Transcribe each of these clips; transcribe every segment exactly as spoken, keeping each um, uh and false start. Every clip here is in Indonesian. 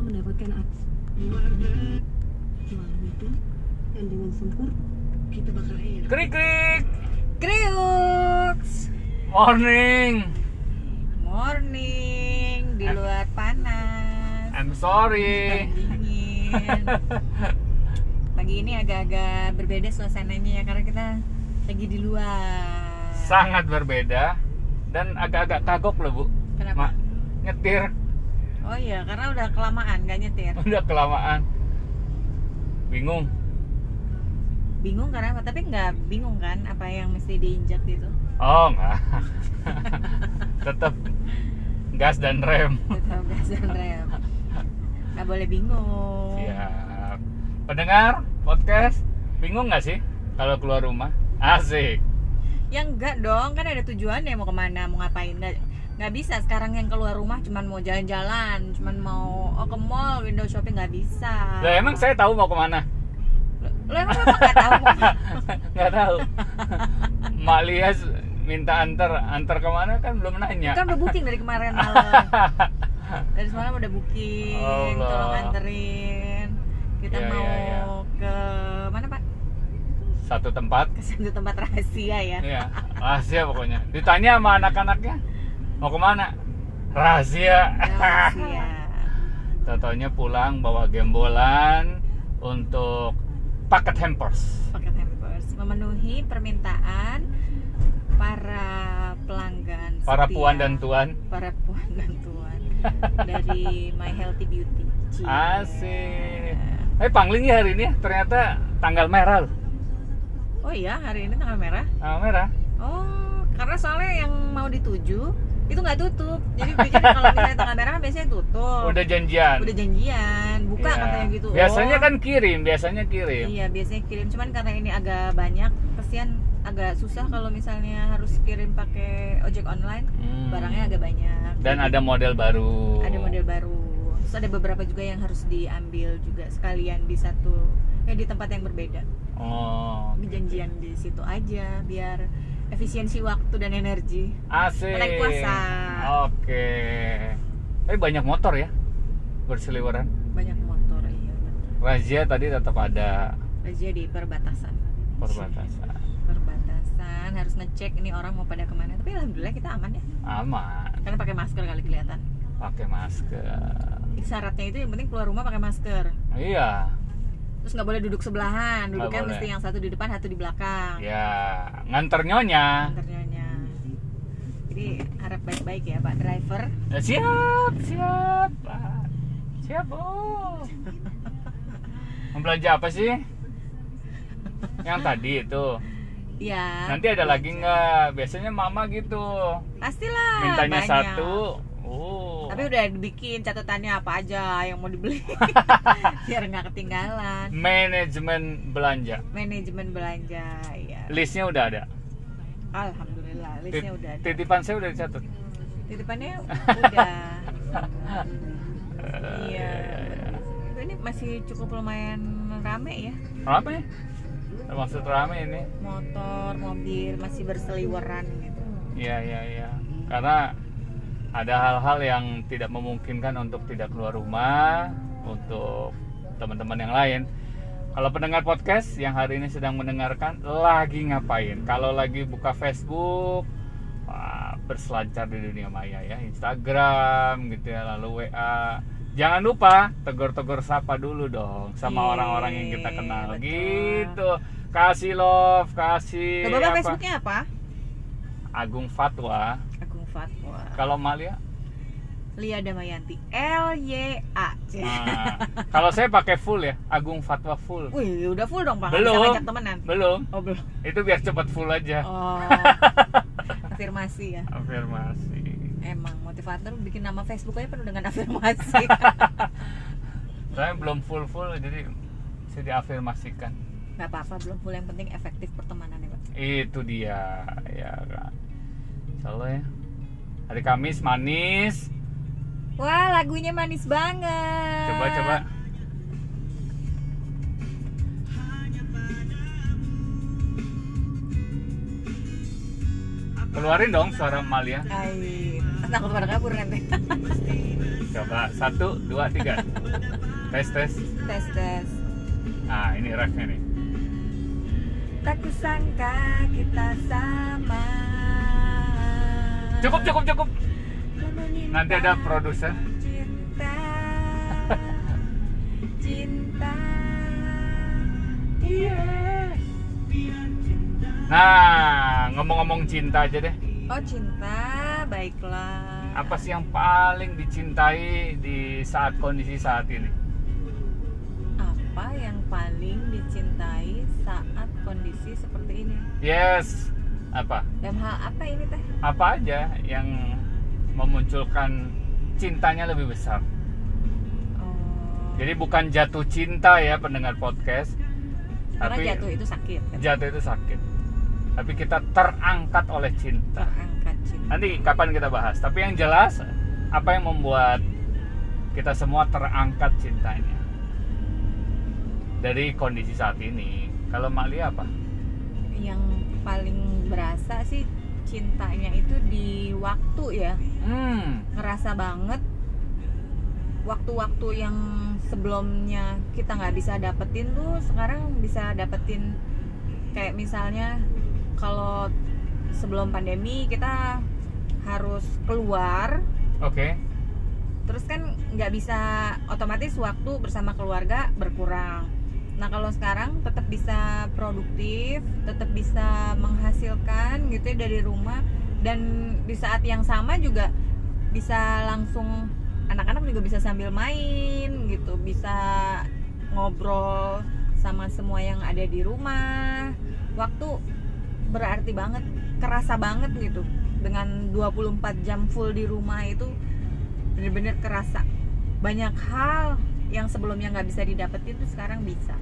mendapatkan akses malam itu, dan dengan sempurna kita bakal hidup. Krik krik. Kriuks. Morning. Morning. Di luar panas. I'm sorry. Dingin. Pagi ini agak-agak berbeda suasananya ya, karena kita lagi di luar. Sangat berbeda dan agak-agak kagok loh Bu. Kenapa? Ma, nyetir Oh iya, karena udah kelamaan gak nyetir. udah kelamaan. Bingung. Bingung karena apa? Tapi nggak bingung kan apa yang mesti diinjak gitu. Oh enggak. Tetap gas dan rem. Tetap gas dan rem. Nggak boleh bingung. Siap. Pendengar podcast, bingung nggak sih kalau keluar rumah? Asik. Ya enggak dong, kan ada tujuannya mau kemana, mau ngapain. Nggak, nggak bisa sekarang yang keluar rumah cuman mau jalan-jalan, cuman mau oh, ke mall, window shopping, nggak bisa. Lah emang saya tahu mau kemana? Lo emang memang nggak tahu mau kemana? Nggak tahu. Mak Lias minta antar, antar kemana kan belum nanya. Kan udah booking dari kemarin malam. Dari semalam udah booking, Allah. tolong anterin. Kita Ya, mau ya, ya. ke mana Pak? Satu tempat. Ke satu tempat rahasia ya. Iya, rahasia pokoknya. Ditanya sama anak-anaknya, mau kemana? Rahasia. Rahasia. Totonya pulang bawa gembolan untuk paket hampers. Paket hampers memenuhi permintaan para pelanggan Para setia. puan dan tuan. Para puan dan tuan dari My Healthy Beauty. Cie. Asik. Eh pangling ya hari ini, ternyata tanggal merah loh. Oh iya, hari ini tanggal merah. Tanggal merah. Oh, karena soalnya yang mau dituju itu nggak tutup. Jadi pikir kalau misalnya tanggal merah kan biasanya tutup. Udah janjian. Udah janjian, buka Iya. katanya gitu. Biasanya Oh. kan kirim, biasanya kirim. Iya, biasanya kirim. Cuman karena ini agak banyak, kesian agak susah kalau misalnya harus kirim pakai ojek online. Hmm. Barangnya agak banyak. Dan Jadi ada model baru. ada model baru. Terus ada beberapa juga yang harus diambil juga sekalian di satu ya di tempat yang berbeda. Oh. Di janjian di situ aja biar efisiensi waktu dan energi. Asik. Naik puasa. Oke. Tapi banyak motor ya berseliweran. Banyak motor iya. Razia tadi tetap ada Razia di perbatasan. perbatasan. Perbatasan harus ngecek ini orang mau pada kemana. Tapi alhamdulillah kita aman ya. Aman. Karena pakai masker kali kelihatan. Pakai masker. Syaratnya itu yang penting keluar rumah pakai masker. Iya. Terus nggak boleh duduk sebelahan, Nggak duduknya boleh. mesti yang satu di depan, satu di belakang. Ya, nganter nyonya. Antarnya. Jadi harap baik-baik ya Pak driver. Ya, siap, siap. Pak. Siap, Bu. Mau belanja apa sih? Yang tadi itu. Iya. Nanti ada lagi nggak? Biasanya mama gitu. Pastilah. Mintanya banyak. satu. Oh. Tapi udah dibikin catatannya apa aja yang mau dibeli biar nggak ketinggalan. Manajemen belanja. Manajemen belanja ya. Listnya udah ada. Alhamdulillah listnya Tit- udah ada. Titipan saya udah dicatat. Titipannya udah. Eh, Iya. Ini masih cukup lumayan rame ya. Apa ya? Maksud rame ini? Motor, mobil masih berseliweran gitu. Iya, iya, iya. Karena ada hal-hal yang tidak memungkinkan untuk tidak keluar rumah untuk teman-teman yang lain. Kalau pendengar podcast yang hari ini sedang mendengarkan lagi ngapain? Kalau lagi buka Facebook, wah, berselancar di dunia maya ya, Instagram gitu ya, lalu W A. Jangan lupa tegur-tegur sapa dulu dong sama Iya, orang-orang yang kita kenal betul. gitu. Kasih love, kasih Coba apa? Facebooknya apa? Agung Fatwa. Agung Fatwa. Kalau Malia? Lia Damayanti. L Y A. Nah, kalau saya pakai full ya, Agung Fatwa full. Wih, udah full dong, Bang. Bisa Belum. ngajak temenan. Belum. Oh, belum. Itu biar cepat full aja. Oh. Afirmasi ya. Afirmasi. Emang motivator bikin nama Facebook aja penuh dengan afirmasi. Saya belum full-full jadi bisa diafirmasikan. Gak apa-apa, belum full, yang penting efektif pertemanannya, Pak. Itu dia ya kan. Insyaallah ya. Hari Kamis manis. Wah, lagunya manis banget. Coba coba. Keluarin dong suara Malia. Ay, takut pada kabur nanti. Coba. Coba satu, dua, tiga. Tes tes. Tes tes. Nah ini refnya nih. Tak kusangka kita sama. Cukup cukup cukup. Nanti ada produser. Cinta, cinta, iya. Nah ngomong-ngomong cinta aja deh. Oh cinta, baiklah. Apa sih yang paling dicintai di saat kondisi saat ini? Apa yang paling dicintai saat kondisi seperti ini? Yes. Apa? Dalam hal apa ini teh? Apa aja yang memunculkan cintanya lebih besar? Oh, Jadi bukan jatuh cinta ya pendengar podcast. karena Tapi jatuh itu sakit. Kan? jatuh itu sakit. Tapi kita terangkat oleh cinta. Terangkat cinta. Nanti kapan kita bahas. Tapi yang jelas apa yang membuat kita semua terangkat cintanya dari kondisi saat ini. Kalau Malia apa? Yang paling berasa sih cintanya itu di waktu ya. Hmm. Ngerasa banget waktu-waktu yang sebelumnya kita nggak bisa dapetin tuh sekarang bisa dapetin. Kayak misalnya kalau sebelum pandemi kita harus keluar, Oke. terus kan nggak bisa, otomatis waktu bersama keluarga berkurang. Nah kalau sekarang tetap bisa produktif, tetap bisa menghasilkan gitu ya dari rumah, dan di saat yang sama juga bisa langsung, anak-anak juga bisa sambil main gitu, bisa ngobrol sama semua yang ada di rumah. Waktu berarti banget, kerasa banget gitu. Dengan dua puluh empat jam full di rumah itu bener-bener kerasa. Banyak hal yang sebelumnya nggak bisa didapetin tuh sekarang bisa.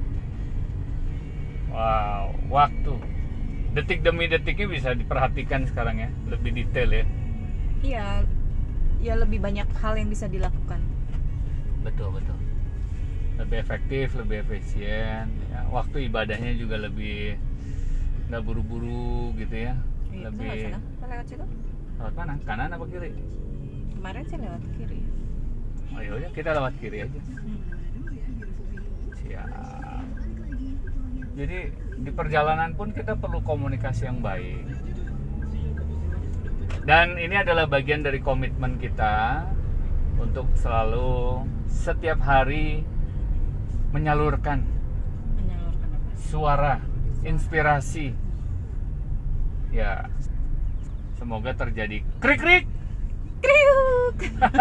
Wow, waktu. Detik demi detiknya bisa diperhatikan sekarang ya, lebih detail ya. Iya, ya lebih banyak hal yang bisa dilakukan. Betul betul. Lebih efektif, lebih efisien. Ya, waktu ibadahnya juga lebih nggak buru-buru gitu ya. Iya, Lebih. lewat sana, Kita lewat situ. Lewat mana? Kanan apa kiri? Kemarin sih lewat kiri. Oh yaudah kita lewat kiri aja. Hmm. Siap. Jadi di perjalanan pun kita perlu komunikasi yang baik. Dan ini adalah bagian dari komitmen kita untuk selalu setiap hari menyalurkan Menyalurkan apa? suara, inspirasi. Ya, semoga terjadi krik-krik. Kriuk.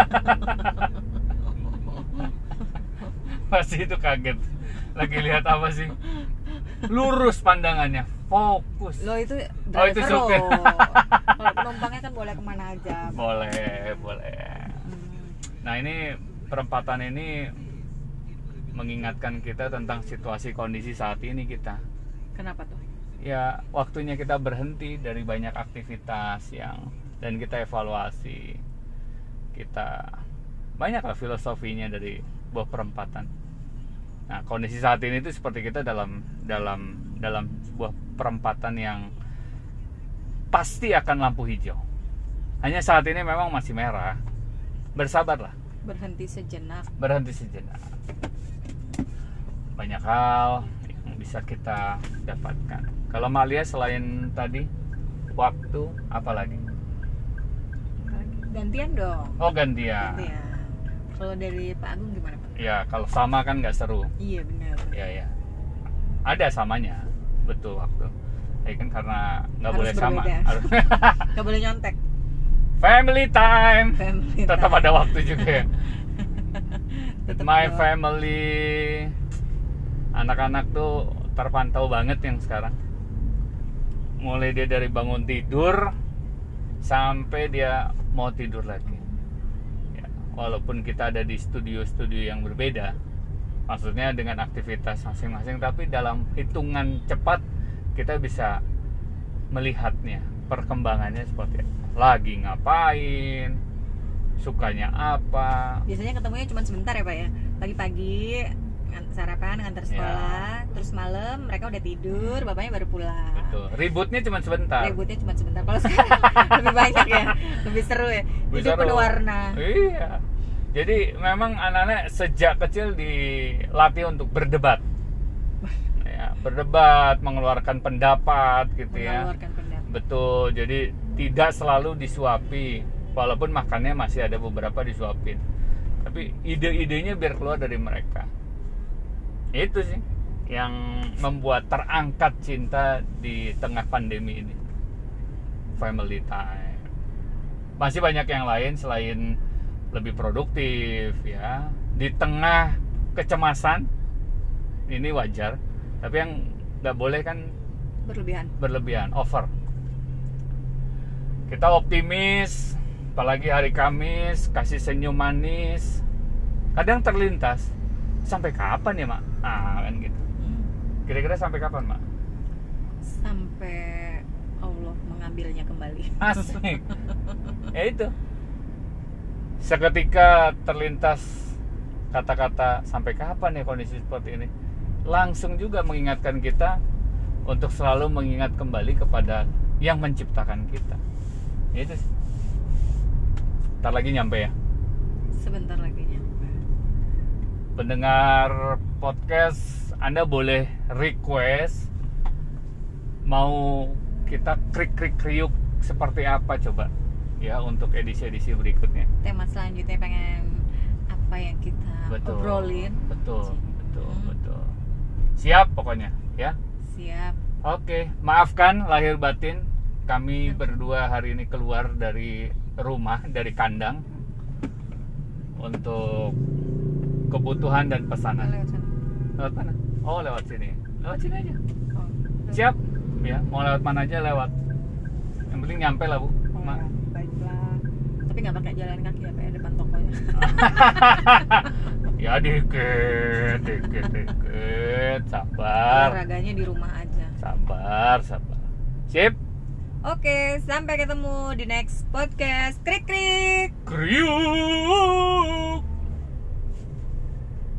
Pasti itu kaget. Lagi lihat apa sih? Lurus pandangannya, fokus. Lo itu Oh, itu driver supir. lo. Kalau penumpangnya kan boleh kemana aja. Boleh, boleh. Hmm. Nah ini perempatan ini mengingatkan kita tentang situasi kondisi saat ini kita. Kenapa tuh? Ya waktunya kita berhenti dari banyak aktivitas yang dan kita evaluasi. Kita banyaklah filosofinya dari sebuah perempatan. Nah kondisi saat ini itu seperti kita dalam dalam dalam sebuah perempatan yang pasti akan lampu hijau. Hanya saat ini memang masih merah. Bersabarlah. Berhenti sejenak. Berhenti sejenak. Banyak hal yang bisa kita dapatkan. Kalau Malia selain tadi waktu, apa lagi? Gantian dong. Oh gantian. Gantian. Kalau dari Pak Agung gimana Pak? Ya kalau sama kan nggak seru. Iya benar. Ya ya. Ada samanya, betul waktu. Tapi kan karena nggak Harus boleh sama. berbeda. Harus Gak boleh nyontek. family time. Family Tetap time. ada waktu juga. Ya. Tetap My ada family. Anak-anak tuh terpantau banget yang sekarang. Mulai dia dari bangun tidur sampai dia mau tidur lagi. Ya, walaupun kita ada di studio-studio yang berbeda, maksudnya dengan aktivitas masing-masing, tapi dalam hitungan cepat kita bisa melihatnya, perkembangannya seperti apa. Lagi ngapain, sukanya apa. Biasanya ketemunya cuma sebentar ya Pak ya. Pagi-pagi sarapan ngantar sekolah, ya. Terus malam mereka udah tidur, bapaknya baru pulang. Betul. Ributnya cuma sebentar. Ributnya cuma sebentar. Kalau sekarang lebih banyak ya, lebih seru ya. Lebih Hidup seru. penuh warna. Iya. Jadi memang anak-anak sejak kecil dilatih untuk berdebat, ya, berdebat, mengeluarkan pendapat, gitu ya. Mengeluarkan pendapat. Betul. Jadi tidak selalu disuapi, walaupun makannya masih ada beberapa disuapin. Tapi ide-idenya biar keluar dari mereka. Itu sih yang membuat terangkat cinta di tengah pandemi ini. Family time. Masih banyak yang lain selain lebih produktif, ya. Di tengah kecemasan ini wajar, tapi yang nggak boleh kan Berlebihan. berlebihan, over. Kita optimis, apalagi hari Kamis, kasih senyum manis. Kadang terlintas, sampai kapan ya, Mak? Ah, kan gitu. Hmm. Kira-kira sampai kapan, Mak? Sampai Allah mengambilnya kembali. Asik. Ya itu. Seketika terlintas kata-kata sampai kapan ya kondisi seperti ini, langsung juga mengingatkan kita untuk selalu mengingat kembali kepada yang menciptakan kita. Ya itu sih. Ntar lagi nyampe ya. Sebentar lagi nyampe. Pendengar podcast, Anda boleh request mau kita krik-krik kriuk seperti apa coba ya untuk edisi-edisi berikutnya. Tema selanjutnya pengen apa yang kita Betul. obrolin. Betul, betul, Hmm. betul. Siap pokoknya, ya. Siap. Oke, maafkan lahir batin kami berdua hari ini keluar dari rumah, dari kandang untuk kebutuhan dan pesanan. Lewat sana. Lewat mana? Oh, lewat sini. Lewat sini aja. Oh, Siap? Ya, mau lewat mana aja lewat. Yang penting nyampe lah, Bu. Oh, Ma. baiklah. Tapi nggak pakai jalan kaki ya, Pak, ya, depan tokonya. Ya dikit, dikit, dikit. Sabar. Olahraganya di rumah aja. Sabar, sabar. Sip. Oke, sampai ketemu di next podcast. Krik krik.